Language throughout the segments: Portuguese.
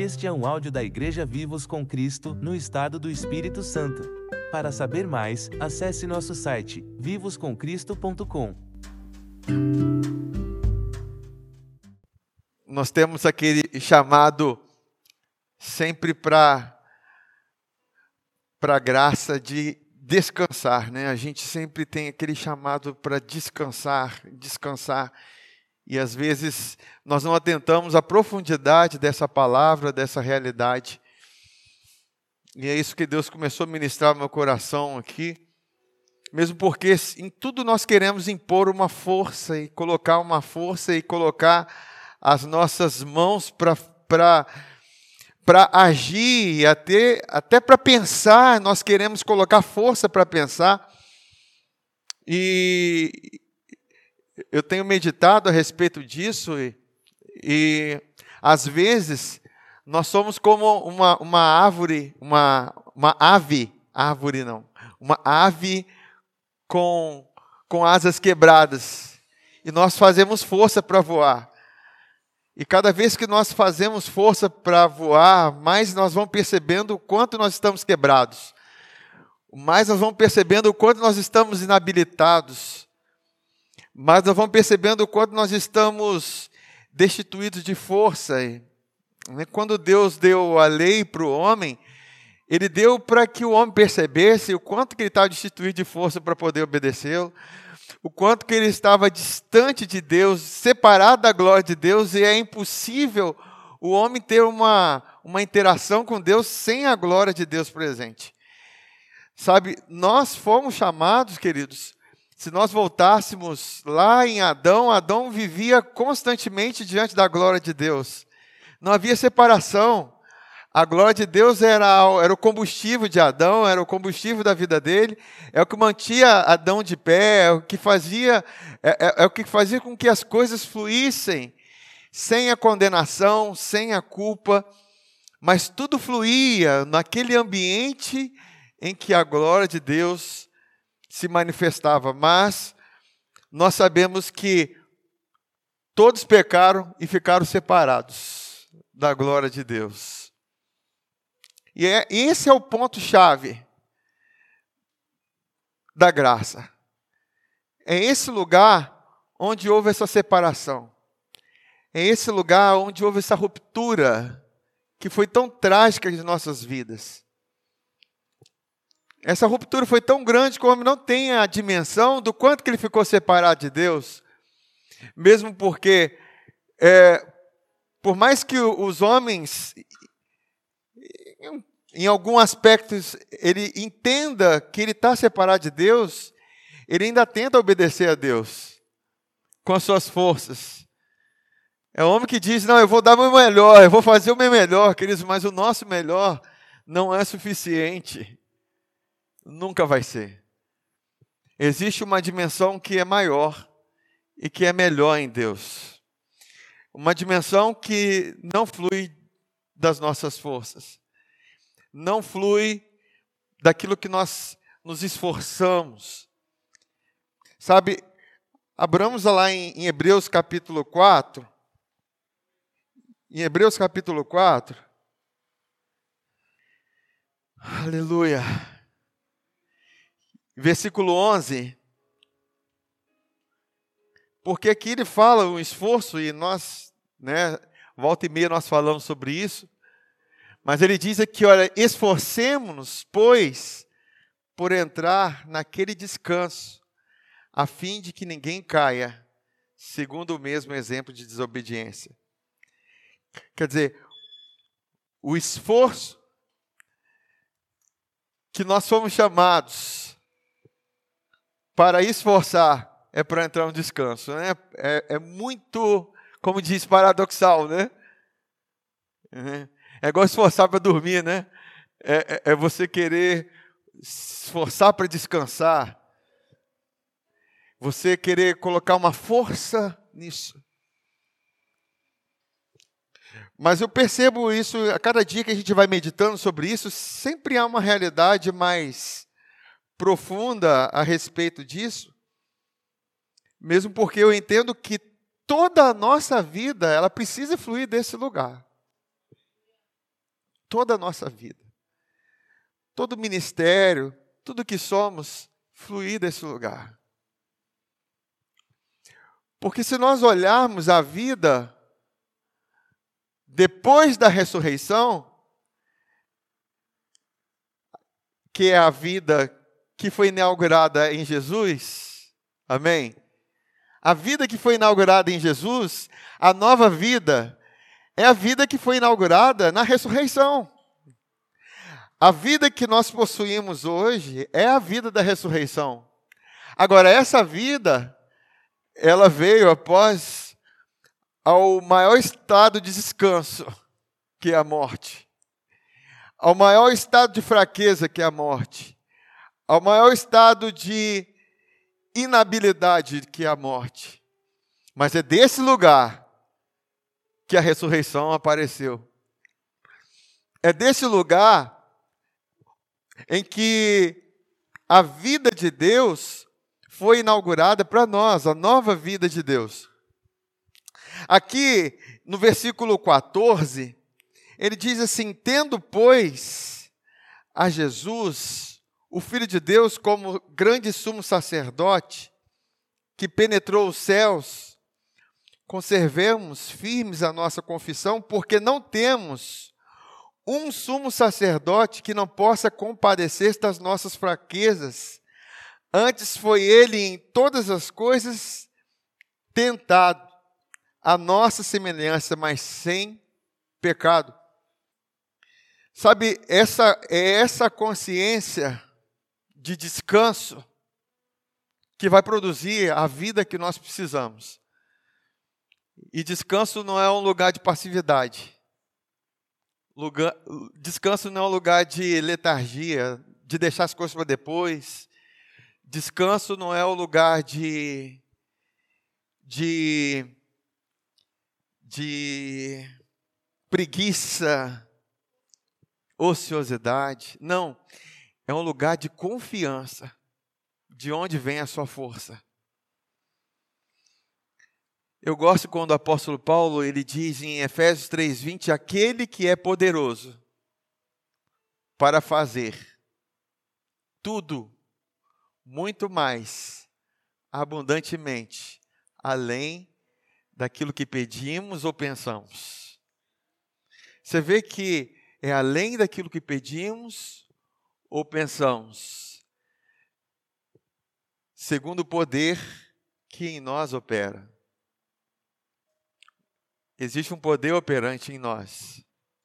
Este é um áudio da Igreja Vivos com Cristo, no estado do Espírito Santo. Para saber mais, acesse nosso site, vivoscomcristo.com. Nós temos aquele chamado sempre para a graça de descansar, né? A gente sempre tem aquele chamado para descansar. E às vezes nós não atentamos à profundidade dessa palavra, dessa realidade. E é isso que Deus começou a ministrar no meu coração aqui. Mesmo porque em tudo nós queremos impor uma força e colocar as nossas mãos para agir, até para pensar, nós queremos colocar força para pensar. E eu tenho meditado a respeito disso e às vezes nós somos como uma ave com asas quebradas, e nós fazemos força para voar. E cada vez que nós fazemos força para voar, mais nós vamos percebendo o quanto nós estamos quebrados, mais nós vamos percebendo o quanto nós estamos inabilitados, mas nós vamos percebendo o quanto nós estamos destituídos de força. Quando Deus deu a lei para o homem, Ele deu para que o homem percebesse o quanto que ele estava destituído de força para poder obedecê-lo, o quanto que ele estava distante de Deus, separado da glória de Deus, e é impossível o homem ter uma interação com Deus sem a glória de Deus presente. Sabe, nós fomos chamados, queridos. Se nós voltássemos lá em Adão, Adão vivia constantemente diante da glória de Deus. Não havia separação. A glória de Deus era o combustível de Adão, era o combustível da vida dele, é o que mantinha Adão de pé, é o que fazia com que as coisas fluíssem, sem a condenação, sem a culpa, mas tudo fluía naquele ambiente em que a glória de Deus se manifestava. Mas nós sabemos que todos pecaram e ficaram separados da glória de Deus. E esse é o ponto-chave da graça. É esse lugar onde houve essa separação. É esse lugar onde houve essa ruptura que foi tão trágica em nossas vidas. Essa ruptura foi tão grande que o homem não tem a dimensão do quanto que ele ficou separado de Deus. Mesmo porque, por mais que os homens, em alguns aspectos, ele entenda que ele está separado de Deus, ele ainda tenta obedecer a Deus com as suas forças. É o homem que diz, não, eu vou dar o meu melhor, eu vou fazer o meu melhor, queridos, mas o nosso melhor não é suficiente. Nunca vai ser. Existe uma dimensão que é maior e que é melhor em Deus. Uma dimensão que não flui das nossas forças. Não flui daquilo que nós nos esforçamos. Sabe, abramos lá em Hebreus capítulo 4. Em Hebreus capítulo 4. Aleluia. Versículo 11. Porque aqui ele fala um esforço, e nós, volta e meia nós falamos sobre isso. Mas ele diz aqui, olha, esforcemo-nos, pois, por entrar naquele descanso, a fim de que ninguém caia, segundo o mesmo exemplo de desobediência. Quer dizer, o esforço que nós fomos chamados para esforçar é para entrar no descanso, né? É muito, como diz, paradoxal, né? É igual esforçar para dormir, né? É você querer esforçar para descansar. Você querer colocar uma força nisso. Mas eu percebo isso, a cada dia que a gente vai meditando sobre isso, sempre há uma realidade mais profunda a respeito disso. Mesmo porque eu entendo que toda a nossa vida, ela precisa fluir desse lugar. toda a nossa vida, todo ministério, tudo que somos, fluir desse lugar. Porque se nós olharmos a vida depois da ressurreição, que é a vida que foi inaugurada em Jesus, amém? A vida que foi inaugurada em Jesus, a nova vida, é a vida que foi inaugurada na ressurreição. A vida que nós possuímos hoje é a vida da ressurreição. Agora, essa vida, ela veio após ao maior estado de descanso, que é a morte. Ao maior estado de fraqueza, que é a morte. Ao maior estado de inabilidade, que é a morte. Mas é desse lugar que a ressurreição apareceu. É desse lugar em que a vida de Deus foi inaugurada para nós, a nova vida de Deus. Aqui, no versículo 14, ele diz assim: tendo, pois, a Jesus, o Filho de Deus, como grande sumo sacerdote, que penetrou os céus, conservemos firmes a nossa confissão, porque não temos um sumo sacerdote que não possa compadecer das nossas fraquezas. Antes foi ele em todas as coisas tentado, a nossa semelhança, mas sem pecado. Sabe, essa consciência de descanso que vai produzir a vida que nós precisamos. E descanso não é um lugar de passividade. Descanso não é um lugar de letargia, de deixar as coisas para depois. Descanso não é um lugar de preguiça, ociosidade. Não, é um lugar de confiança, de onde vem a sua força. Eu gosto quando o apóstolo Paulo, ele diz em Efésios 3:20, aquele que é poderoso para fazer tudo, muito mais, abundantemente, além daquilo que pedimos ou pensamos. Você vê que é além daquilo que pedimos ou pensamos, segundo o poder que em nós opera. Existe um poder operante em nós.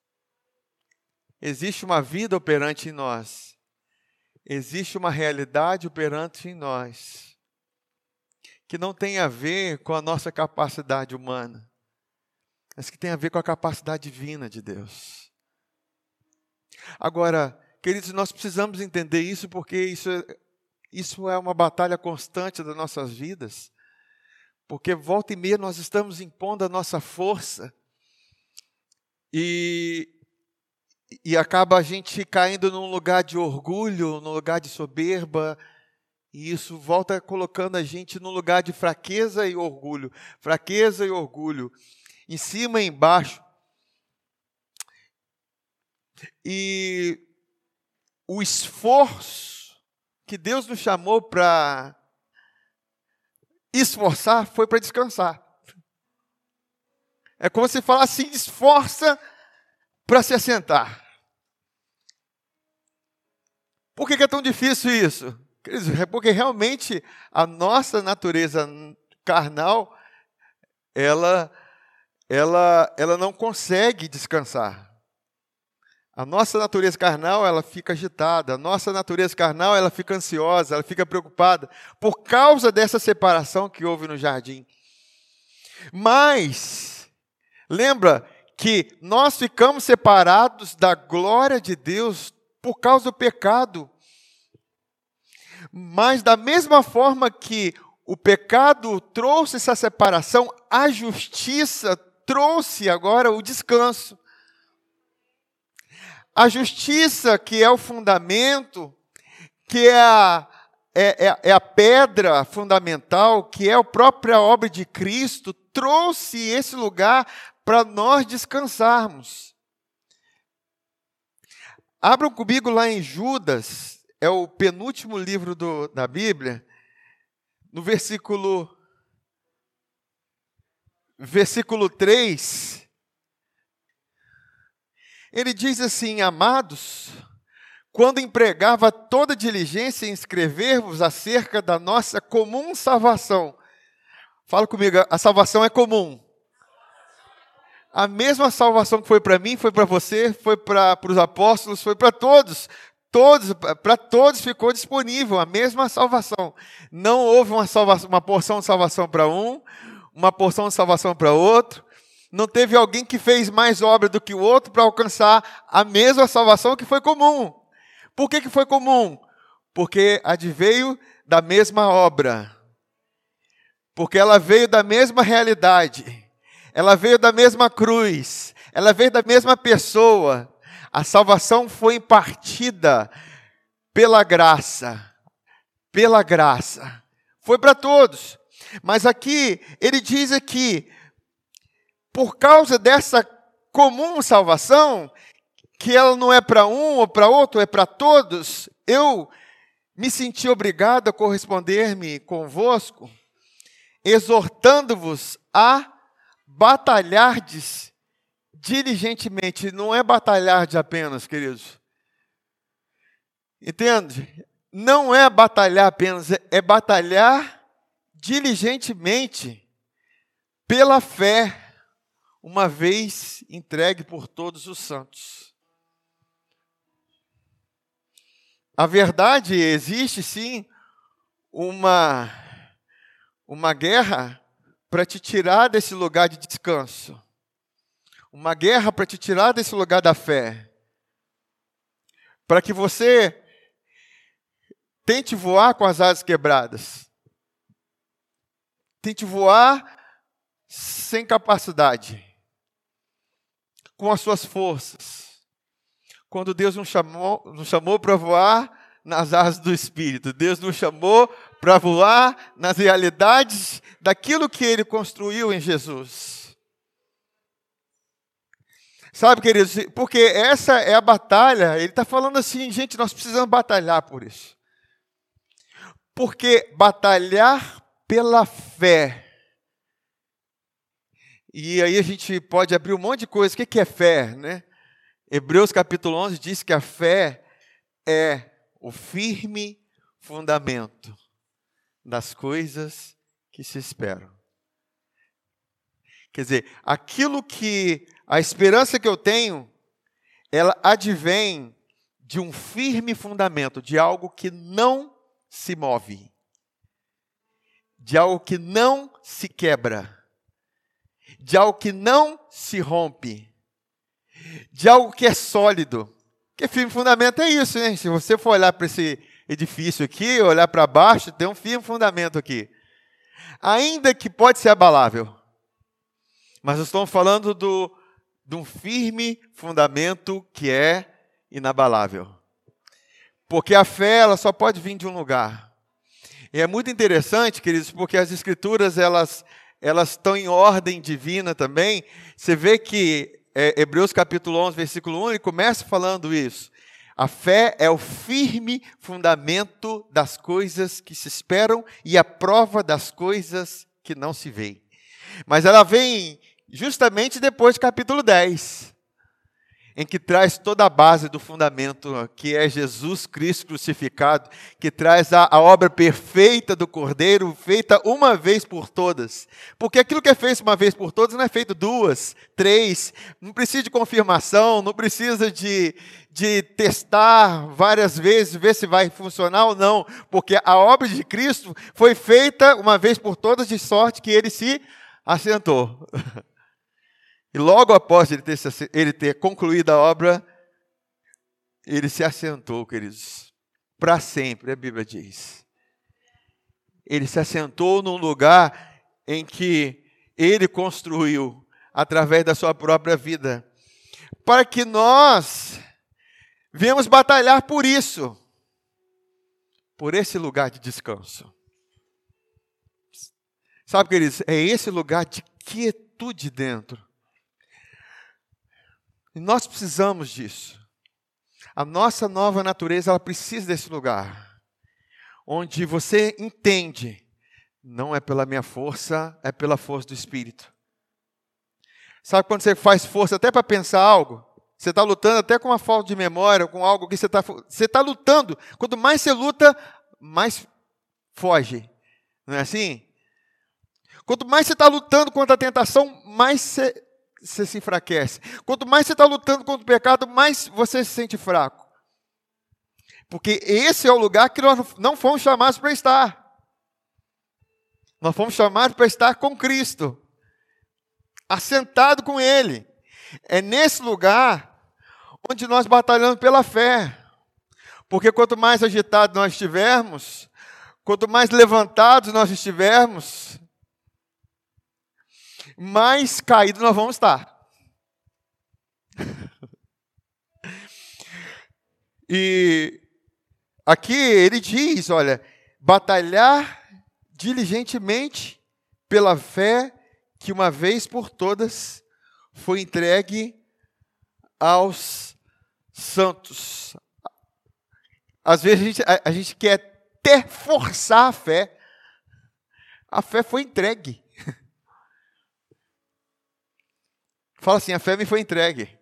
Existe uma vida operante em nós. Existe uma realidade operante em nós, que não tem a ver com a nossa capacidade humana, mas que tem a ver com a capacidade divina de Deus. Agora, queridos, nós precisamos entender isso, porque isso é uma batalha constante das nossas vidas. Porque volta e meia nós estamos impondo a nossa força e acaba a gente caindo num lugar de orgulho, num lugar de soberba, e isso volta colocando a gente num lugar de fraqueza e orgulho, em cima e embaixo. E o esforço que Deus nos chamou para esforçar foi para descansar. É como se falasse assim, esforça para se assentar. Por que é tão difícil isso? É porque realmente a nossa natureza carnal, ela não consegue descansar. A nossa natureza carnal, ela fica agitada. A nossa natureza carnal, ela fica ansiosa, ela fica preocupada por causa dessa separação que houve no jardim. Mas, lembra que nós ficamos separados da glória de Deus por causa do pecado. Mas da mesma forma que o pecado trouxe essa separação, a justiça trouxe agora o descanso. A justiça, que é o fundamento, que é a pedra fundamental, que é a própria obra de Cristo, trouxe esse lugar para nós descansarmos. Abram comigo lá em Judas, é o penúltimo livro da Bíblia, no versículo 3, ele diz assim: amados, quando empregava toda diligência em escrever-vos acerca da nossa comum salvação. Fala comigo, a salvação é comum. A mesma salvação que foi para mim, foi para você, foi para os apóstolos, foi para todos. Para todos ficou disponível a mesma salvação. Não houve uma porção de salvação para um, uma porção de salvação para outro. Não teve alguém que fez mais obra do que o outro para alcançar a mesma salvação que foi comum. Por que foi comum? Porque adveio da mesma obra. Porque ela veio da mesma realidade. Ela veio da mesma cruz. Ela veio da mesma pessoa. A salvação foi impartida pela graça. Pela graça. Foi para todos. Mas aqui, ele diz aqui, por causa dessa comum salvação, que ela não é para um ou para outro, é para todos, eu me senti obrigado a corresponder-me convosco, exortando-vos a batalhardes diligentemente. Não é batalhar de apenas, queridos. Entende? Não é batalhar apenas, é batalhar diligentemente pela fé, uma vez entregue por todos os santos. A verdade, existe sim uma guerra para te tirar desse lugar de descanso. Uma guerra para te tirar desse lugar da fé. Para que você tente voar com as asas quebradas. Tente voar sem capacidade. Com as suas forças. Quando Deus nos chamou para voar nas asas do Espírito. Deus nos chamou para voar nas realidades daquilo que Ele construiu em Jesus. Sabe, queridos, porque essa é a batalha. Ele está falando assim, gente, nós precisamos batalhar por isso. Porque batalhar pela fé. E aí a gente pode abrir um monte de coisa. O que é fé, né? Hebreus capítulo 11 diz que a fé é o firme fundamento das coisas que se esperam. Quer dizer, a esperança que eu tenho, ela advém de um firme fundamento, de algo que não se move, de algo que não se quebra, de algo que não se rompe, de algo que é sólido. Porque firme fundamento é isso, hein? Se você for olhar para esse edifício aqui, olhar para baixo, tem um firme fundamento aqui. Ainda que pode ser abalável. Mas nós estamos falando de um firme fundamento que é inabalável. Porque a fé, ela só pode vir de um lugar. E é muito interessante, queridos, porque as escrituras, elas estão em ordem divina também. Você vê que Hebreus capítulo 11, versículo 1, ele começa falando isso. A fé é o firme fundamento das coisas que se esperam e a prova das coisas que não se veem. Mas ela vem justamente depois do capítulo 10, em que traz toda a base do fundamento, que é Jesus Cristo crucificado, que traz a obra perfeita do Cordeiro, feita uma vez por todas. Porque aquilo que é feito uma vez por todas não é feito duas, três, não precisa de confirmação, não precisa de testar várias vezes, ver se vai funcionar ou não, porque a obra de Cristo foi feita uma vez por todas, de sorte que Ele se assentou. E logo após ele ter concluído a obra, ele se assentou, queridos, para sempre, a Bíblia diz. Ele se assentou num lugar em que ele construiu, através da sua própria vida, para que nós venhamos batalhar por isso, por esse lugar de descanso. Sabe, queridos, é esse lugar de quietude dentro. E nós precisamos disso. A nossa nova natureza, ela precisa desse lugar, onde você entende, não é pela minha força, é pela força do Espírito. Sabe quando você faz força até para pensar algo? Você está lutando até com uma falta de memória, com algo que você está lutando. Quanto mais você luta, mais foge. Não é assim? Quanto mais você está lutando contra a tentação, mais você se enfraquece. Quanto mais você está lutando contra o pecado, mais você se sente fraco. Porque esse é o lugar que nós não fomos chamados para estar. Nós fomos chamados para estar com Cristo, assentado com Ele. É nesse lugar onde nós batalhamos pela fé. Porque quanto mais agitados nós estivermos, quanto mais levantados nós estivermos, mais caídos nós vamos estar. E aqui ele diz, olha, batalhar diligentemente pela fé que uma vez por todas foi entregue aos santos. Às vezes a gente quer até forçar a fé. A fé foi entregue. Fala assim, a fé me foi entregue.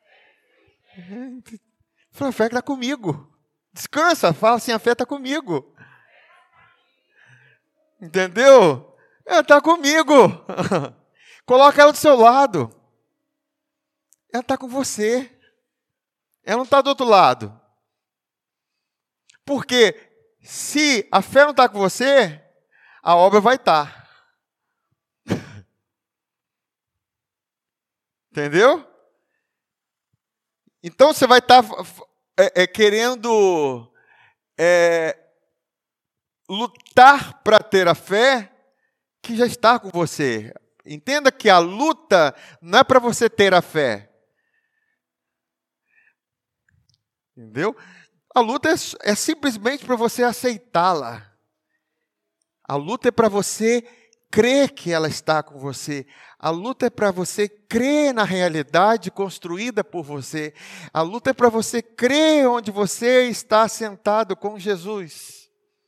Fala, a fé está comigo. Descansa, fala assim, a fé está comigo. Entendeu? Ela está comigo. Coloca ela do seu lado. Ela está com você. Ela não está do outro lado. Porque se a fé não está com você, a obra vai estar. Entendeu? Então você vai estar querendo lutar para ter a fé que já está com você. Entenda que a luta não é para você ter a fé. Entendeu? A luta é simplesmente para você aceitá-la. A luta é para você crer que ela está com você. A luta é para você crer na realidade construída por você. A luta é para você crer onde você está sentado com Jesus.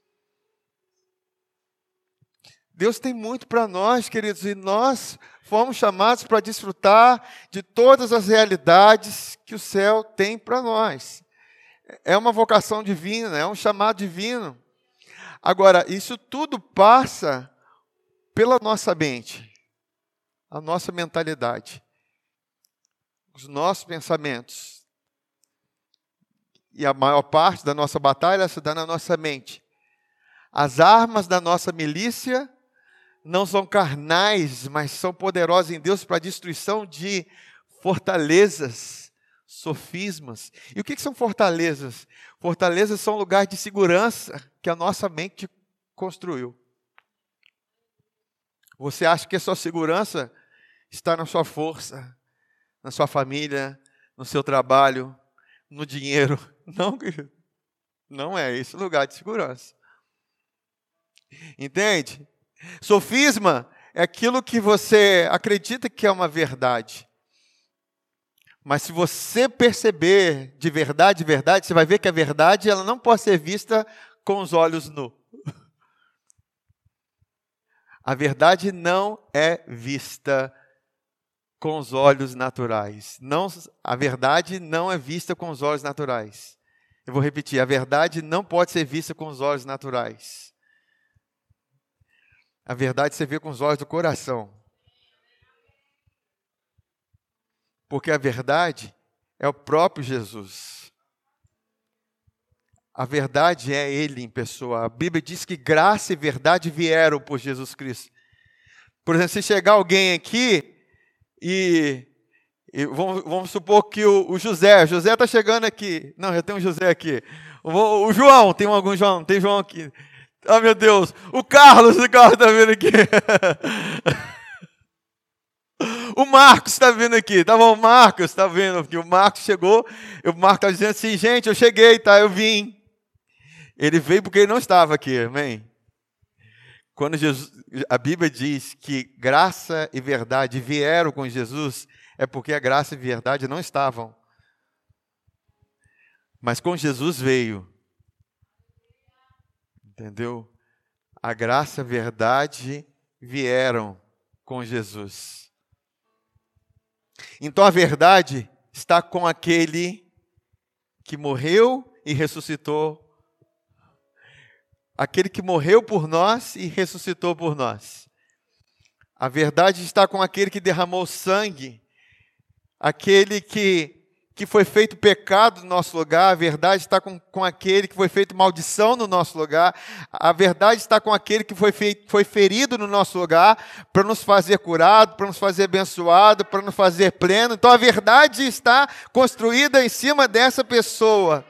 Deus tem muito para nós, queridos, e nós fomos chamados para desfrutar de todas as realidades que o céu tem para nós. É uma vocação divina, é um chamado divino. Agora, isso tudo passa pela nossa mente, a nossa mentalidade, os nossos pensamentos. E a maior parte da nossa batalha se dá na nossa mente. As armas da nossa milícia não são carnais, mas são poderosas em Deus para a destruição de fortalezas, sofismas. E o que são fortalezas? Fortalezas são lugares de segurança que a nossa mente construiu. Você acha que a sua segurança está na sua força, na sua família, no seu trabalho, no dinheiro? Não, querido. Não é esse lugar de segurança. Entende? Sofisma é aquilo que você acredita que é uma verdade. Mas se você perceber de verdade, você vai ver que a verdade ela não pode ser vista com os olhos nus. A verdade não é vista com os olhos naturais. Não, a verdade não é vista com os olhos naturais. Eu vou repetir, a verdade não pode ser vista com os olhos naturais. A verdade você vê com os olhos do coração. Porque a verdade é o próprio Jesus. A verdade é Ele em pessoa. A Bíblia diz que graça e verdade vieram por Jesus Cristo. Por exemplo, se chegar alguém aqui e vamos supor que o José está chegando aqui. Não, já tem um José aqui. O João, tem algum João? Tem João aqui. Oh, meu Deus. O Carlos está vindo aqui. O Marcos está vindo aqui, tá bom? O Marcos está vindo aqui. O Marcos chegou, o Marcos está dizendo assim, gente, eu cheguei, tá? Eu vim. Ele veio porque ele não estava aqui, amém? Quando a Bíblia diz que graça e verdade vieram com Jesus, é porque a graça e a verdade não estavam. Mas com Jesus veio. Entendeu? A graça e a verdade vieram com Jesus. Então a verdade está com aquele que morreu e ressuscitou. Aquele que morreu por nós e ressuscitou por nós. A verdade está com aquele que derramou sangue. Aquele que foi feito pecado no nosso lugar. A verdade está com aquele que foi feito maldição no nosso lugar. A verdade está com aquele que foi ferido no nosso lugar para nos fazer curado, para nos fazer abençoado, para nos fazer pleno. Então a verdade está construída em cima dessa pessoa.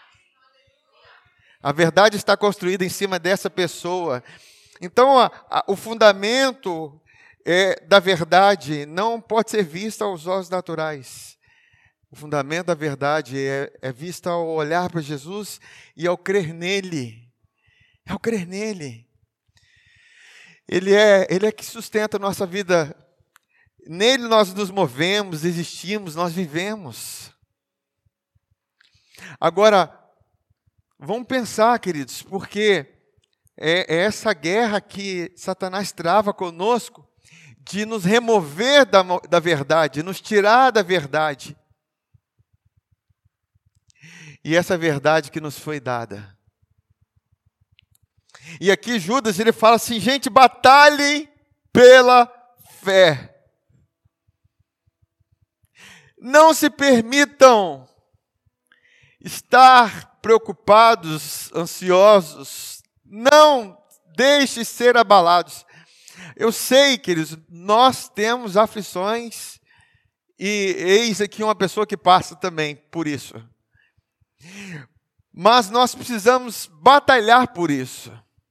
A verdade está construída em cima dessa pessoa. Então o fundamento da verdade não pode ser visto aos olhos naturais. O fundamento da verdade é visto ao olhar para Jesus e ao crer nele. É ao crer nele. Ele é que sustenta a nossa vida. Nele nós nos movemos, existimos, nós vivemos. Agora, vamos pensar, queridos, porque é essa guerra que Satanás trava conosco de nos remover da verdade, nos tirar da verdade. E essa verdade que nos foi dada. E aqui Judas, ele fala assim, gente, batalhem pela fé. Não se permitam estar preocupados, ansiosos. Não deixe ser abalados. Eu sei, queridos, nós temos aflições e eis aqui uma pessoa que passa também por isso. Mas nós precisamos batalhar por isso.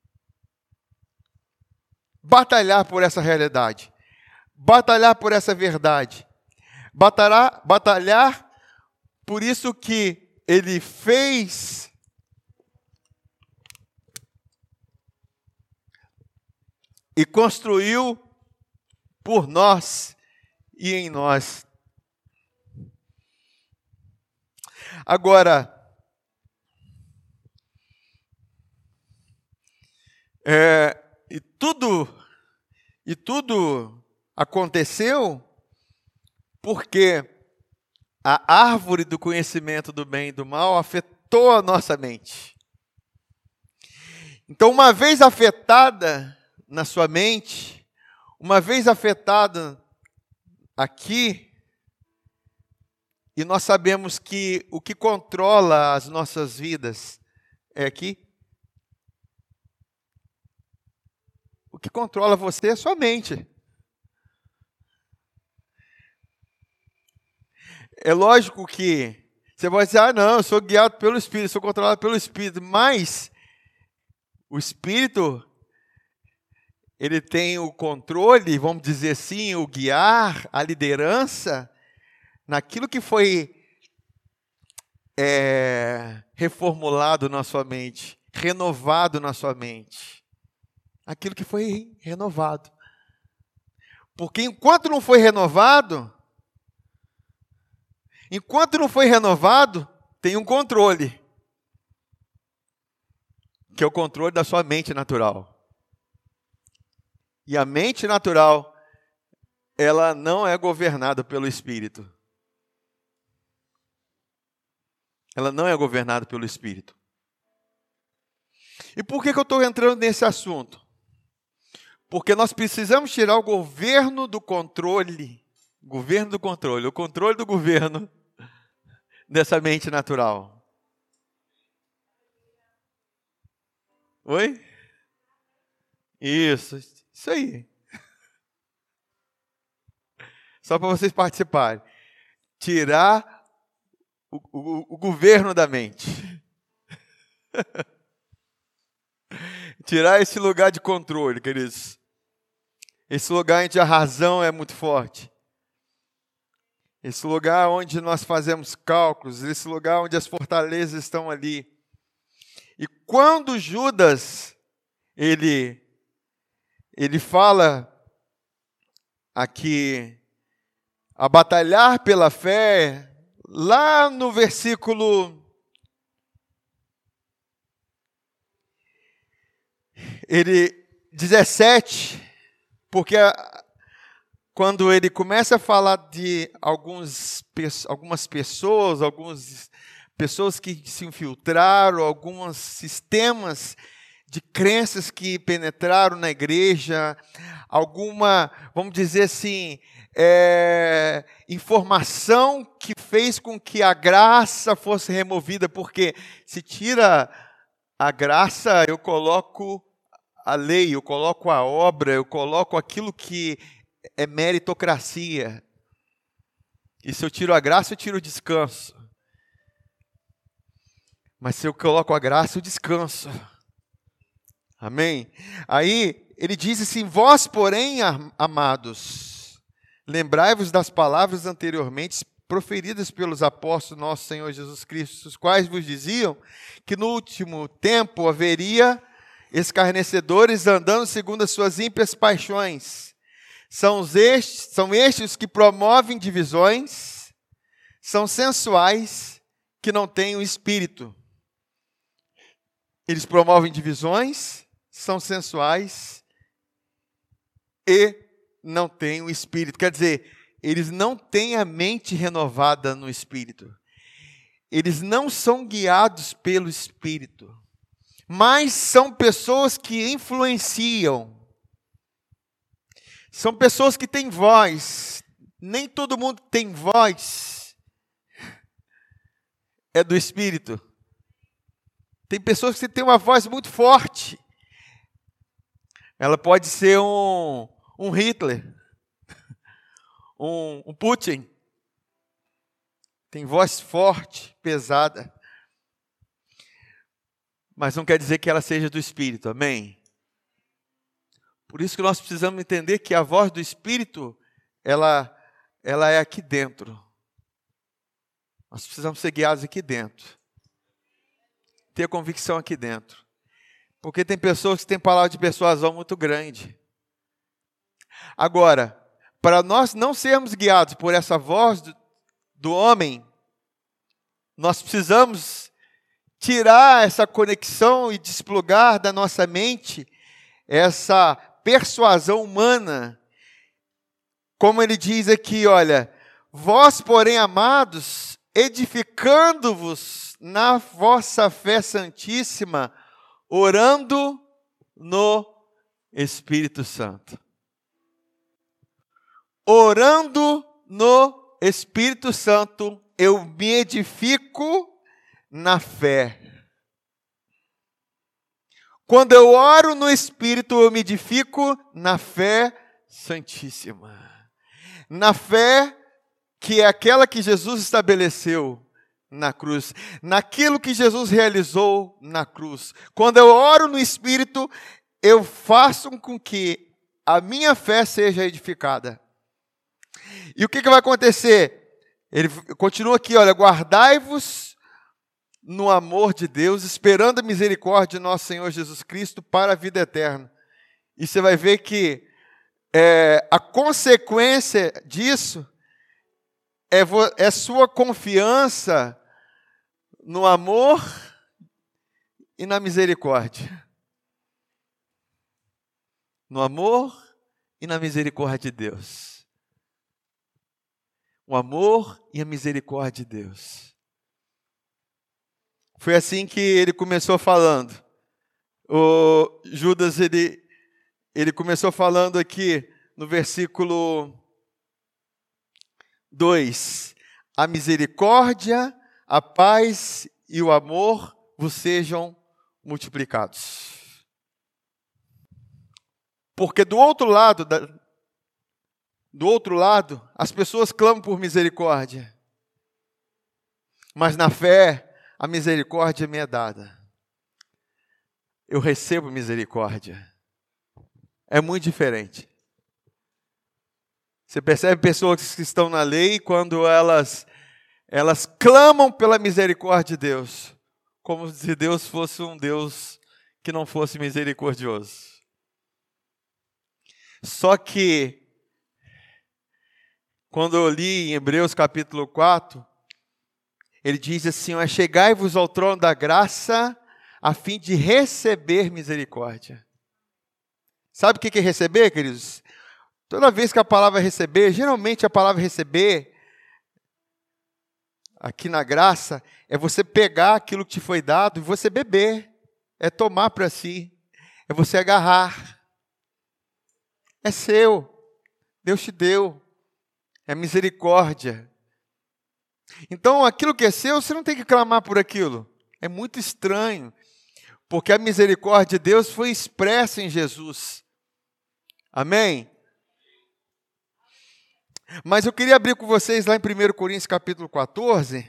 Batalhar por essa realidade. Batalhar por essa verdade. Batalhar por isso que Ele fez e construiu por nós e em nós. Agora, e tudo aconteceu porque a árvore do conhecimento do bem e do mal afetou a nossa mente. Então, uma vez afetada na sua mente, uma vez afetada aqui, e nós sabemos que o que controla as nossas vidas é aqui. O que controla você é a sua mente. É lógico que você vai dizer, não, eu sou guiado pelo Espírito, sou controlado pelo Espírito, mas o Espírito, ele tem o controle, vamos dizer assim, o guiar, a liderança, naquilo que foi reformulado na sua mente, renovado na sua mente. Aquilo que foi renovado. Porque enquanto não foi renovado, tem um controle. Que é o controle da sua mente natural. E a mente natural, ela não é governada pelo Espírito. Ela não é governada pelo Espírito. E por que eu estou entrando nesse assunto? Porque nós precisamos tirar o governo do controle. O controle do governo dessa mente natural. Oi? Isso aí. Só para vocês participarem. Tirar o governo da mente. Tirar esse lugar de controle, queridos. Esse lugar onde a razão é muito forte. Esse lugar onde nós fazemos cálculos. Esse lugar onde as fortalezas estão ali. E quando Judas, ele fala aqui, a batalhar pela fé, lá no versículo 17, porque quando ele começa a falar de algumas pessoas que se infiltraram, alguns sistemas de crenças que penetraram na igreja, alguma, vamos dizer assim, informação que fez com que a graça fosse removida, porque se tira a graça, eu coloco a lei, eu coloco a obra, eu coloco aquilo que é meritocracia. E se eu tiro a graça, eu tiro o descanso. Mas se eu coloco a graça, eu descanso. Amém? Aí ele diz assim: vós, porém, amados, lembrai-vos das palavras anteriormente proferidas pelos apóstolos nosso Senhor Jesus Cristo, os quais vos diziam que no último tempo haveria escarnecedores andando segundo as suas ímpias paixões. São estes os que promovem divisões, são sensuais, que não têm o espírito. Eles promovem divisões, são sensuais e não têm o espírito. Quer dizer, eles não têm a mente renovada no espírito. Eles não são guiados pelo espírito. Mas são pessoas que influenciam. São pessoas que têm voz. Nem todo mundo que tem voz é do espírito. Tem pessoas que têm uma voz muito forte. Ela pode ser um Hitler, um Putin. Tem voz forte, pesada. Mas não quer dizer que ela seja do Espírito, amém? Por isso que nós precisamos entender que a voz do Espírito, ela é aqui dentro. Nós precisamos ser guiados aqui dentro. Ter convicção aqui dentro. Porque tem pessoas que têm palavra de persuasão muito grande. Agora, para nós não sermos guiados por essa voz do homem, nós precisamos tirar essa conexão e desplugar da nossa mente essa persuasão humana. Como ele diz aqui, olha, vós, porém, amados, edificando-vos na vossa fé santíssima, orando no Espírito Santo. Orando no Espírito Santo, eu me edifico na fé. Quando eu oro no Espírito, eu me edifico na fé santíssima. Na fé que é aquela que Jesus estabeleceu na cruz. Naquilo que Jesus realizou na cruz. Quando eu oro no Espírito, eu faço com que a minha fé seja edificada. E o que vai acontecer? Ele continua aqui, olha, guardai-vos no amor de Deus, esperando a misericórdia de nosso Senhor Jesus Cristo para a vida eterna. E você vai ver que a consequência disso é sua confiança no amor e na misericórdia. No amor e na misericórdia de Deus. O amor e a misericórdia de Deus. Foi assim que ele começou falando. O Judas, ele começou falando aqui no versículo 2. A misericórdia, a paz e o amor vos sejam multiplicados. Porque do outro lado, as pessoas clamam por misericórdia. Mas na fé, a misericórdia me é dada. Eu recebo misericórdia. É muito diferente. Você percebe pessoas que estão na lei, quando elas clamam pela misericórdia de Deus, como se Deus fosse um Deus que não fosse misericordioso. Só que, quando eu li em Hebreus capítulo 4, ele diz assim, chegai-vos ao trono da graça, a fim de receber misericórdia. Sabe o que é receber, queridos? Toda vez que a palavra receber, geralmente a palavra receber, aqui na graça, é você pegar aquilo que te foi dado e você beber. É tomar para si. É você agarrar. É seu. Deus te deu. É misericórdia. Então, aquilo que é seu, você não tem que clamar por aquilo. É muito estranho. Porque a misericórdia de Deus foi expressa em Jesus. Amém? Mas eu queria abrir com vocês lá em 1 Coríntios capítulo 14,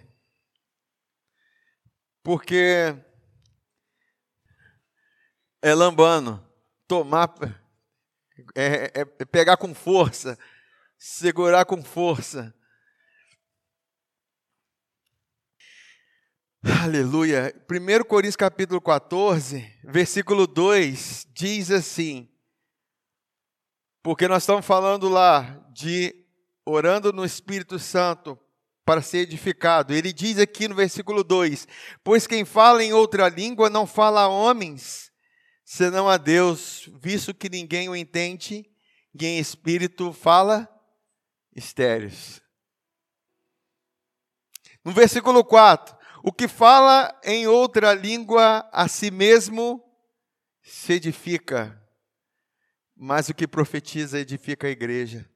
porque é lambano, tomar, é pegar com força, segurar com força. Aleluia. 1 Coríntios capítulo 14, versículo 2, diz assim, porque nós estamos falando lá de orando no Espírito Santo para ser edificado. Ele diz aqui no versículo 2, pois quem fala em outra língua não fala a homens, senão a Deus, visto que ninguém o entende, e em espírito fala estéreos. No versículo 4, o que fala em outra língua a si mesmo se edifica, mas o que profetiza edifica a igreja.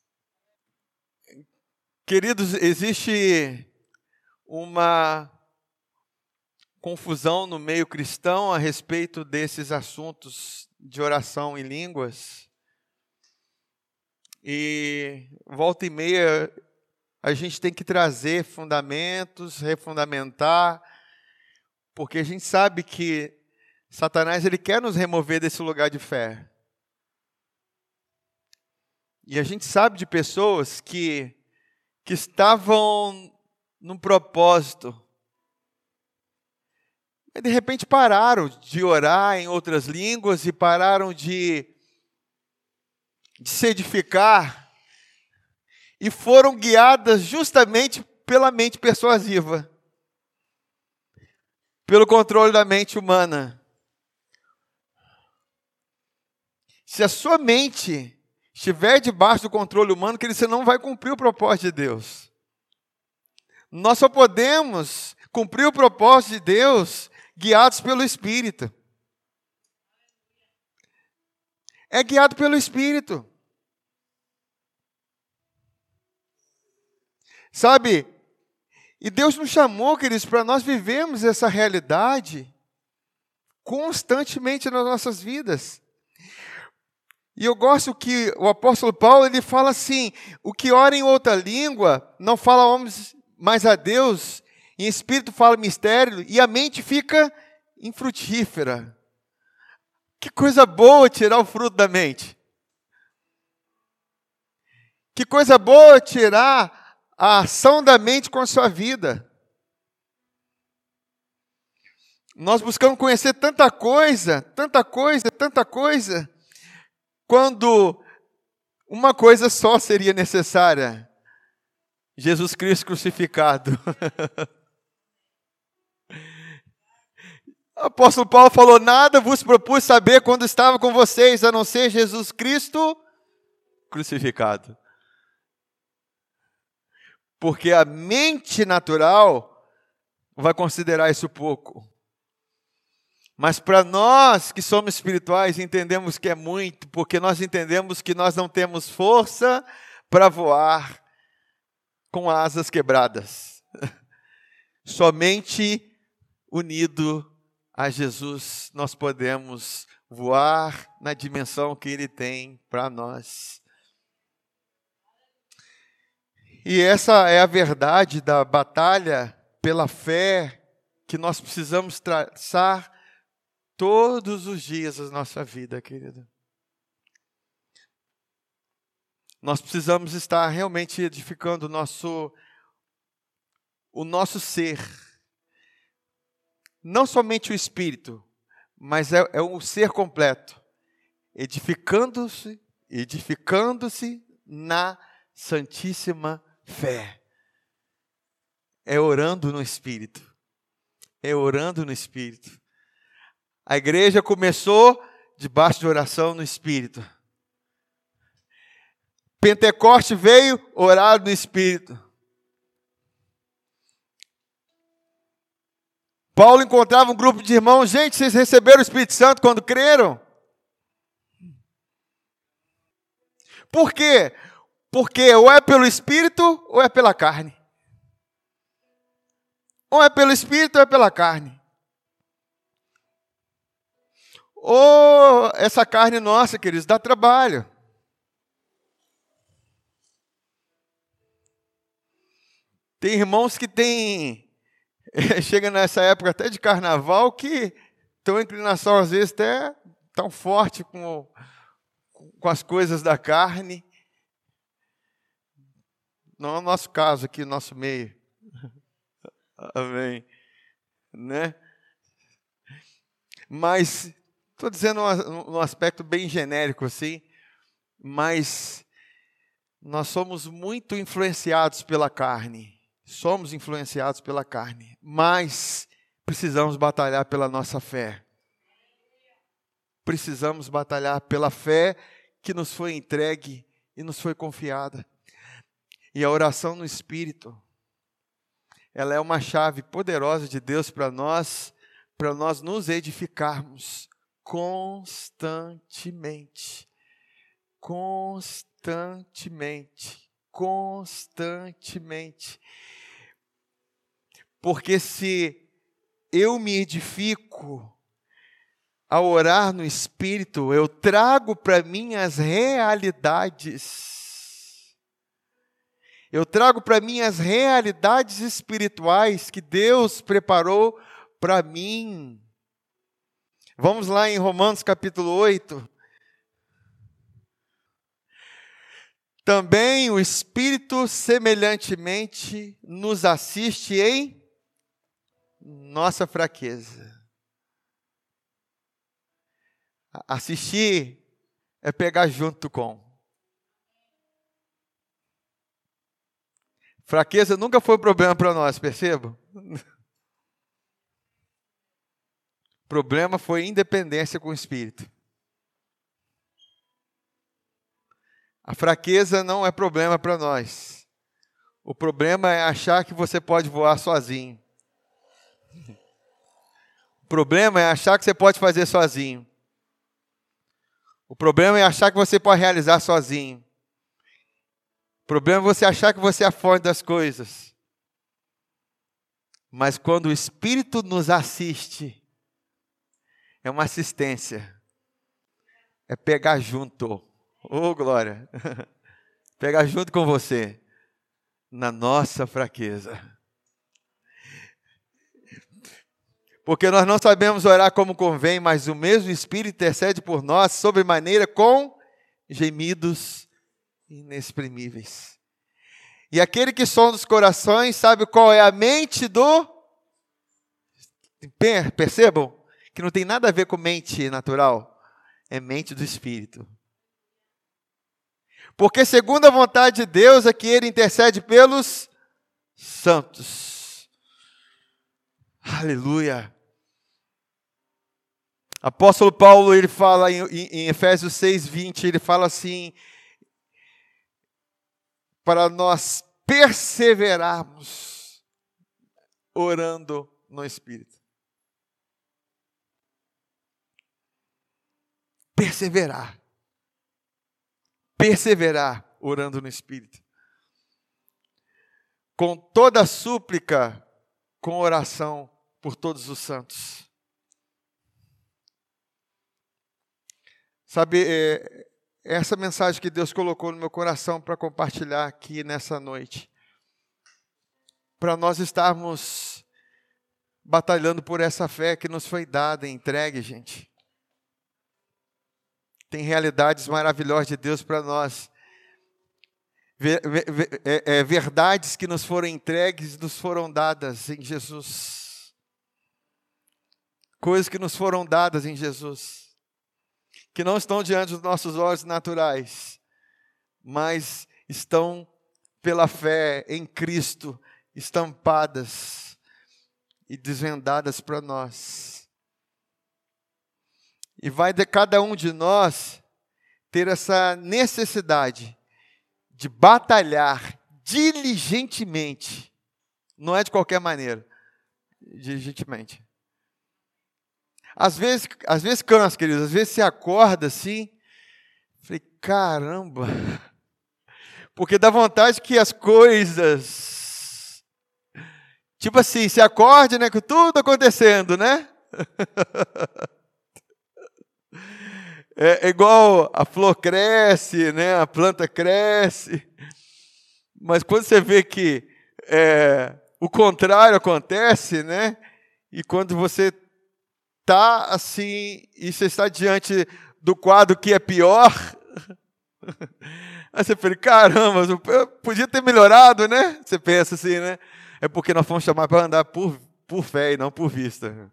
Queridos, existe uma confusão no meio cristão a respeito desses assuntos de oração em línguas. E volta e meia a gente tem que trazer fundamentos, refundamentar, porque a gente sabe que Satanás ele quer nos remover desse lugar de fé. E a gente sabe de pessoas que estavam num propósito, e de repente pararam de orar em outras línguas e pararam de se edificar e foram guiadas justamente pela mente persuasiva, pelo controle da mente humana. Se a sua mente estiver debaixo do controle humano, que você não vai cumprir o propósito de Deus. Nós só podemos cumprir o propósito de Deus guiados pelo Espírito. É guiado pelo Espírito. Sabe? E Deus nos chamou, queridos, para nós vivermos essa realidade constantemente nas nossas vidas. E eu gosto que o apóstolo Paulo, ele fala assim, o que ora em outra língua, não fala homens, mas a Deus, em espírito fala mistério, e a mente fica infrutífera. Que coisa boa tirar o fruto da mente. Que coisa boa tirar a ação da mente com a sua vida. Nós buscamos conhecer tanta coisa, quando uma coisa só seria necessária: Jesus Cristo crucificado. O apóstolo Paulo falou, nada vos propus saber quando estava com vocês, a não ser Jesus Cristo crucificado. Porque a mente natural vai considerar isso pouco. Mas para nós que somos espirituais, entendemos que é muito, porque nós entendemos que nós não temos força para voar com asas quebradas. Somente unido a Jesus nós podemos voar na dimensão que Ele tem para nós. E essa é a verdade da batalha pela fé que nós precisamos traçar todos os dias da nossa vida, querido. Nós precisamos estar realmente edificando o nosso ser. Não somente o espírito, mas é o ser completo. Edificando-se na santíssima fé. É orando no Espírito. É orando no Espírito. A igreja começou debaixo de oração no Espírito. Pentecoste veio, orar no Espírito. Paulo encontrava um grupo de irmãos. Gente, vocês receberam o Espírito Santo quando creram? Por quê? Porque ou é pelo Espírito ou é pela carne. Ou é pelo Espírito ou é pela carne. Ou essa carne nossa, queridos, dá trabalho. Tem irmãos que chega nessa época até de carnaval que tem uma inclinação às vezes até tão forte com as coisas da carne. Não é o nosso caso aqui, nosso meio. Amém. Né? Mas, estou dizendo num aspecto bem genérico assim, mas nós somos muito influenciados pela carne. Somos influenciados pela carne, mas precisamos batalhar pela nossa fé. Precisamos batalhar pela fé que nos foi entregue e nos foi confiada. E a oração no Espírito, ela é uma chave poderosa de Deus para nós nos edificarmos constantemente. Constantemente. Porque se eu me edifico ao orar no Espírito, eu trago para mim as realidades. Eu trago para mim as realidades espirituais que Deus preparou para mim. Vamos lá em Romanos capítulo 8. Também o Espírito semelhantemente nos assiste em nossa fraqueza. Assistir é pegar junto com. Fraqueza nunca foi um problema para nós, percebam? O problema foi independência com o Espírito. A fraqueza não é problema para nós. O problema é achar que você pode voar sozinho. O problema é achar que você pode fazer sozinho. O problema é achar que você pode realizar sozinho. O problema é você achar que você é a fonte das coisas. Mas quando o Espírito nos assiste, é uma assistência. É pegar junto. Oh, glória! Pegar junto com você na nossa fraqueza. Porque nós não sabemos orar como convém, mas o mesmo Espírito intercede por nós sobremaneira com gemidos inexprimíveis. E aquele que sonda os corações sabe qual é a mente do... Percebam que não tem nada a ver com mente natural. É mente do Espírito. Porque segundo a vontade de Deus é que Ele intercede pelos santos. Aleluia. Apóstolo Paulo, ele fala em Efésios 6:20, ele fala assim, para nós perseverarmos orando no Espírito. Perseverar orando no Espírito. Com toda súplica, com oração por todos os santos. Sabe, essa mensagem que Deus colocou no meu coração para compartilhar aqui nessa noite. Para nós estarmos batalhando por essa fé que nos foi dada, entregue, gente. Tem realidades maravilhosas de Deus para nós. Verdades que nos foram entregues, nos foram dadas em Jesus. Coisas que nos foram dadas em Jesus. Que não estão diante dos nossos olhos naturais, mas estão pela fé em Cristo, estampadas e desvendadas para nós. E vai de cada um de nós ter essa necessidade de batalhar diligentemente. Não é de qualquer maneira. Diligentemente. Às vezes cansa, queridos. Às vezes você acorda assim. Falei, caramba. Porque dá vontade que as coisas... Tipo assim, se acorde, né? Com tudo acontecendo, né? É igual a flor cresce, né? A planta cresce. Mas quando você vê que o contrário acontece, né? E quando você está assim, e você está diante do quadro que é pior, aí você fala, caramba, eu podia ter melhorado, né? Você pensa assim, né? É porque nós fomos chamados para andar por fé e não por vista.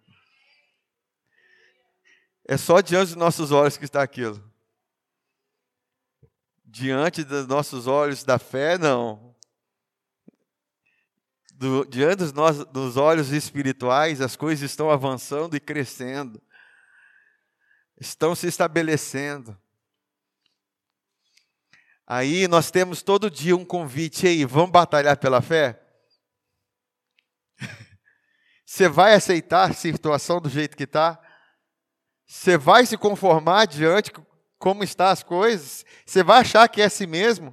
É só diante dos nossos olhos que está aquilo. Diante dos nossos olhos da fé, não. Diante dos olhos espirituais, as coisas estão avançando e crescendo. Estão se estabelecendo. Aí nós temos todo dia um convite aí, vamos batalhar pela fé? Você vai aceitar a situação do jeito que está? Você vai se conformar diante de como estão as coisas? Você vai achar que é assim mesmo?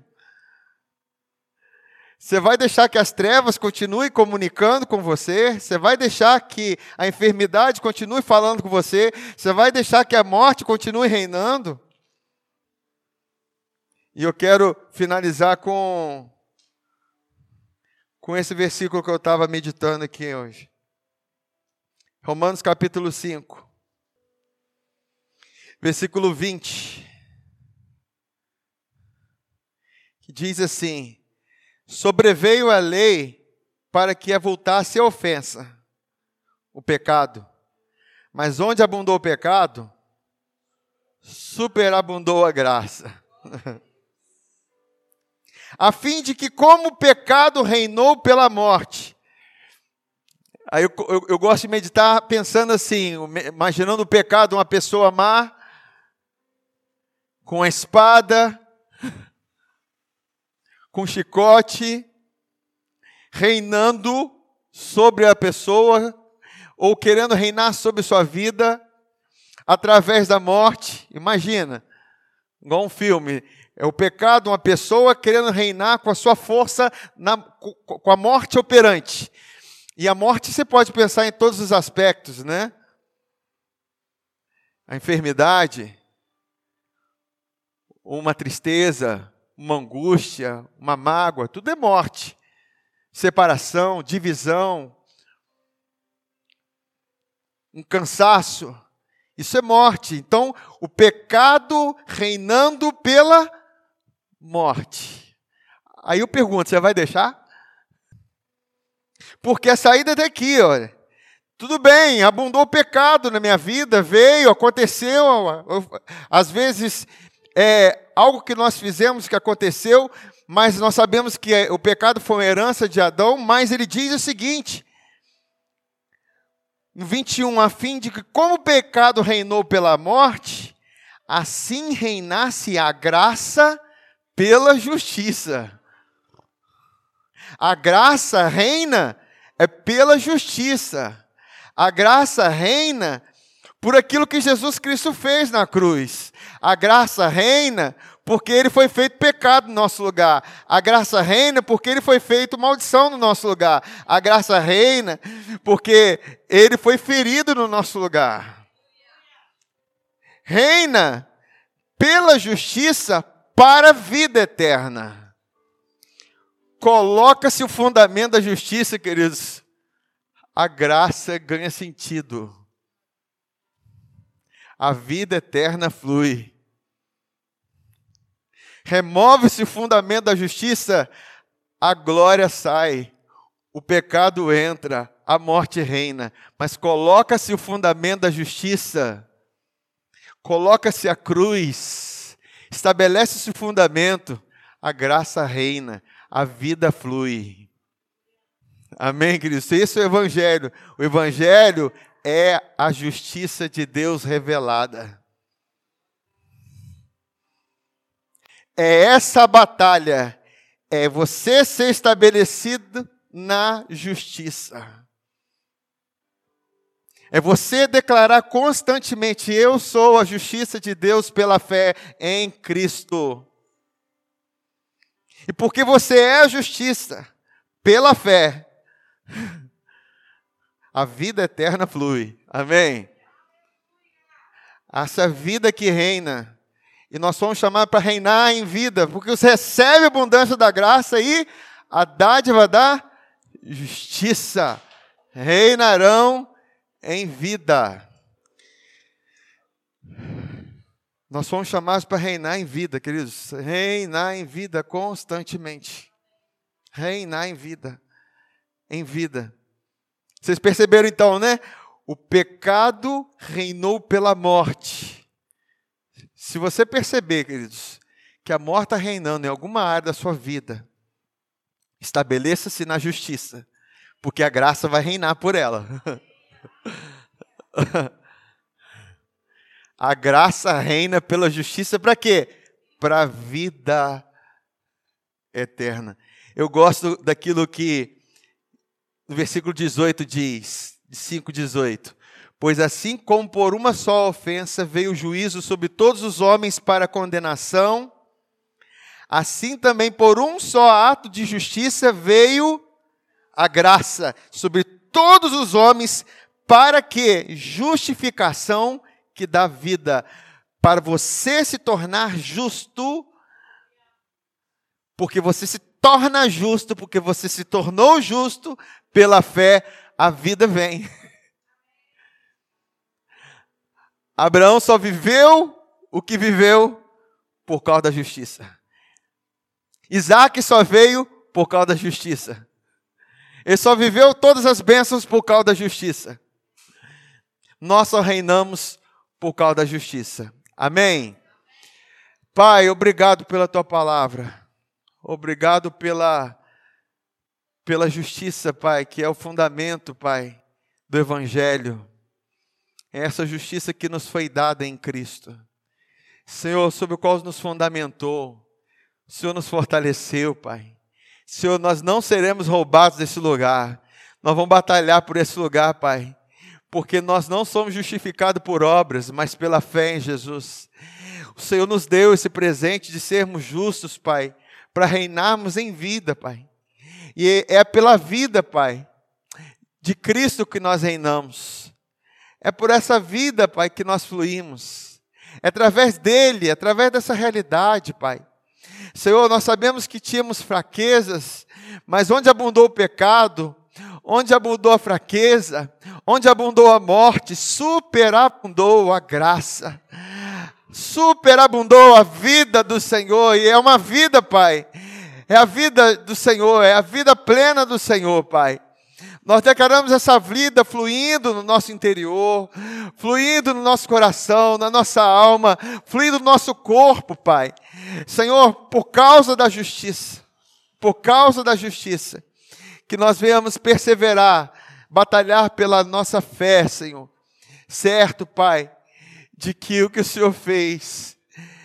Você vai deixar que as trevas continuem comunicando com você? Você vai deixar que a enfermidade continue falando com você? Você vai deixar que a morte continue reinando? E eu quero finalizar com esse versículo que eu estava meditando aqui hoje. Romanos capítulo 5. Versículo 20. Que diz assim: sobreveio a lei para que avultasse a ofensa, o pecado. Mas onde abundou o pecado, superabundou a graça. A fim de que, como o pecado reinou pela morte. Aí eu gosto de meditar pensando assim, imaginando o pecado, uma pessoa má, com a espada, com chicote, reinando sobre a pessoa, ou querendo reinar sobre sua vida, através da morte. Imagina, igual um filme, é o pecado, uma pessoa querendo reinar com a sua força, com a morte operante. E a morte você pode pensar em todos os aspectos, né? A enfermidade, uma tristeza, uma angústia, uma mágoa, tudo é morte. Separação, divisão, um cansaço, isso é morte. Então, o pecado reinando pela morte. Aí eu pergunto, você vai deixar? Porque a saída é daqui, olha. Tudo bem, abundou o pecado na minha vida, veio, aconteceu, às vezes é algo que nós fizemos que aconteceu, mas nós sabemos que o pecado foi uma herança de Adão, mas ele diz o seguinte, no 21, a fim de que como o pecado reinou pela morte, assim reinasse a graça pela justiça. A graça reina pela justiça. A graça reina por aquilo que Jesus Cristo fez na cruz. A graça reina porque ele foi feito pecado no nosso lugar. A graça reina porque ele foi feito maldição no nosso lugar. A graça reina porque ele foi ferido no nosso lugar. Reina pela justiça para a vida eterna. Coloca-se o fundamento da justiça, queridos. A graça ganha sentido. A vida eterna flui. Remove-se o fundamento da justiça, a glória sai. O pecado entra, a morte reina. Mas coloca-se o fundamento da justiça. Coloca-se a cruz. Estabelece-se o fundamento. A graça reina. A vida flui. Amém, queridos? Esse é o Evangelho. O Evangelho é a justiça de Deus revelada. É essa a batalha. É você ser estabelecido na justiça. É você declarar constantemente: eu sou a justiça de Deus pela fé em Cristo. E porque você é a justiça pela fé, a vida eterna flui. Amém? Essa vida que reina. E nós somos chamados para reinar em vida, porque você recebe a abundância da graça e a dádiva da justiça. Reinarão em vida. Nós fomos chamados para reinar em vida, queridos. Reinar em vida constantemente. Reinar em vida. Em vida. Vocês perceberam então, né? O pecado reinou pela morte. Se você perceber, queridos, que a morte está reinando em alguma área da sua vida, estabeleça-se na justiça, porque a graça vai reinar por ela. A graça reina pela justiça para quê? Para a vida eterna. Eu gosto daquilo que no versículo 18 diz, 5:18. Pois assim como por uma só ofensa veio o juízo sobre todos os homens para condenação, assim também por um só ato de justiça veio a graça sobre todos os homens para que justificação que dá vida, para você se tornar justo, porque você se torna justo, porque você se tornou justo, pela fé a vida vem. Abraão só viveu o que viveu por causa da justiça. Isaac só veio por causa da justiça. Ele só viveu todas as bênçãos por causa da justiça. Nós só reinamos por causa da justiça. Amém? Pai, obrigado pela tua palavra. Obrigado pela justiça, Pai, que é o fundamento, Pai, do Evangelho. É essa justiça que nos foi dada em Cristo. Senhor, sobre o qual nos fundamentou. O Senhor nos fortaleceu, Pai. Senhor, nós não seremos roubados desse lugar. Nós vamos batalhar por esse lugar, Pai. Porque nós não somos justificados por obras, mas pela fé em Jesus. O Senhor nos deu esse presente de sermos justos, Pai, para reinarmos em vida, Pai. E é pela vida, Pai, de Cristo que nós reinamos. É por essa vida, Pai, que nós fluímos. É através dele, através dessa realidade, Pai. Senhor, nós sabemos que tínhamos fraquezas, mas onde abundou o pecado, onde abundou a fraqueza, onde abundou a morte, superabundou a graça. Superabundou a vida do Senhor, e é uma vida, Pai. É a vida do Senhor, é a vida plena do Senhor, Pai. Nós declaramos essa vida fluindo no nosso interior, fluindo no nosso coração, na nossa alma, fluindo no nosso corpo, Pai. Senhor, por causa da justiça, que nós venhamos perseverar, batalhar pela nossa fé, Senhor. Certo, Pai, de que o que o Senhor fez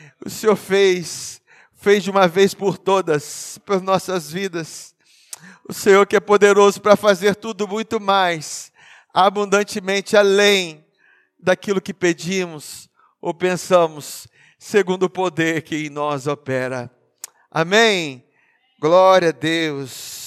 de uma vez por todas, por nossas vidas. O Senhor que é poderoso para fazer tudo muito mais, abundantemente além daquilo que pedimos ou pensamos, segundo o poder que em nós opera. Amém? Glória a Deus.